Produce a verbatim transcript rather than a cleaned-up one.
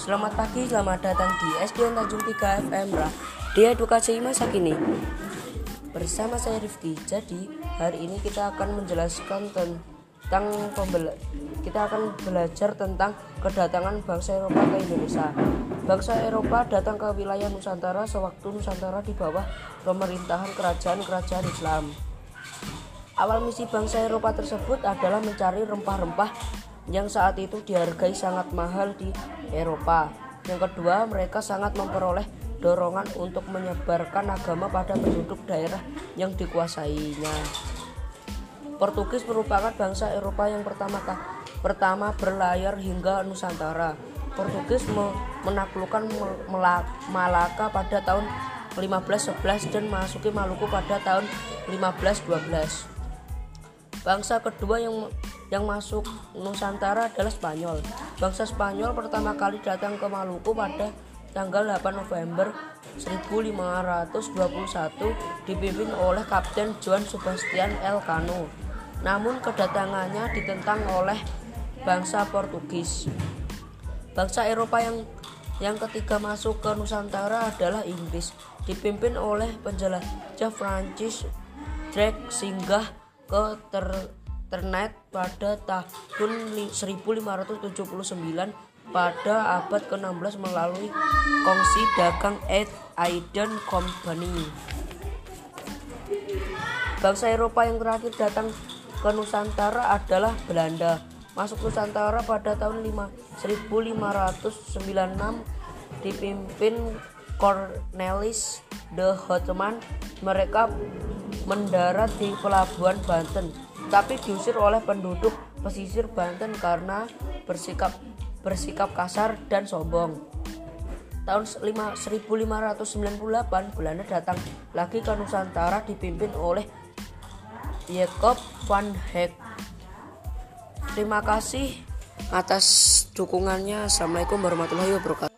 Selamat pagi, selamat datang di S D N Tanjung tiga F M Ra di Edukasi Masa Kini. Bersama saya Rifki. Jadi hari ini kita akan menjelaskan tentang pembela- kita akan belajar tentang kedatangan bangsa Eropa ke Indonesia. Bangsa Eropa datang ke wilayah Nusantara sewaktu Nusantara di bawah pemerintahan kerajaan-kerajaan Islam. Awal misi bangsa Eropa tersebut adalah mencari rempah-rempah yang saat itu dihargai sangat mahal di Eropa. Yang kedua, mereka sangat memperoleh dorongan untuk menyebarkan agama pada penduduk daerah yang dikuasainya. Portugis merupakan bangsa Eropa yang pertama pertama berlayar hingga Nusantara. Portugis menaklukkan Malaka pada tahun lima belas sebelas dan memasuki Maluku pada tahun lima belas dua belas. Bangsa kedua yang yang masuk Nusantara adalah Spanyol. Bangsa Spanyol pertama kali datang ke Maluku pada tanggal delapan November seribu lima ratus dua puluh satu dipimpin oleh Kapten Juan Sebastian Elcano. Namun kedatangannya ditentang oleh bangsa Portugis. Bangsa Eropa yang yang ketiga masuk ke Nusantara adalah Inggris, dipimpin oleh penjelajah Prancis Drake singgah ke ter Ternate pada tahun seribu lima ratus tujuh puluh sembilan. Pada abad ke enam belas melalui kongsi dagang East India Company. Bangsa Eropa yang terakhir datang ke Nusantara adalah Belanda. Masuk Nusantara pada tahun seribu lima ratus sembilan puluh enam dipimpin Cornelis de Houtman. Mereka mendarat di pelabuhan Banten, tapi diusir oleh penduduk pesisir Banten karena bersikap bersikap kasar dan sombong. Tahun seribu lima ratus sembilan puluh delapan Belanda datang lagi ke Nusantara dipimpin oleh Jacob van Heck. Terima kasih atas dukungannya. Assalamualaikum warahmatullahi wabarakatuh.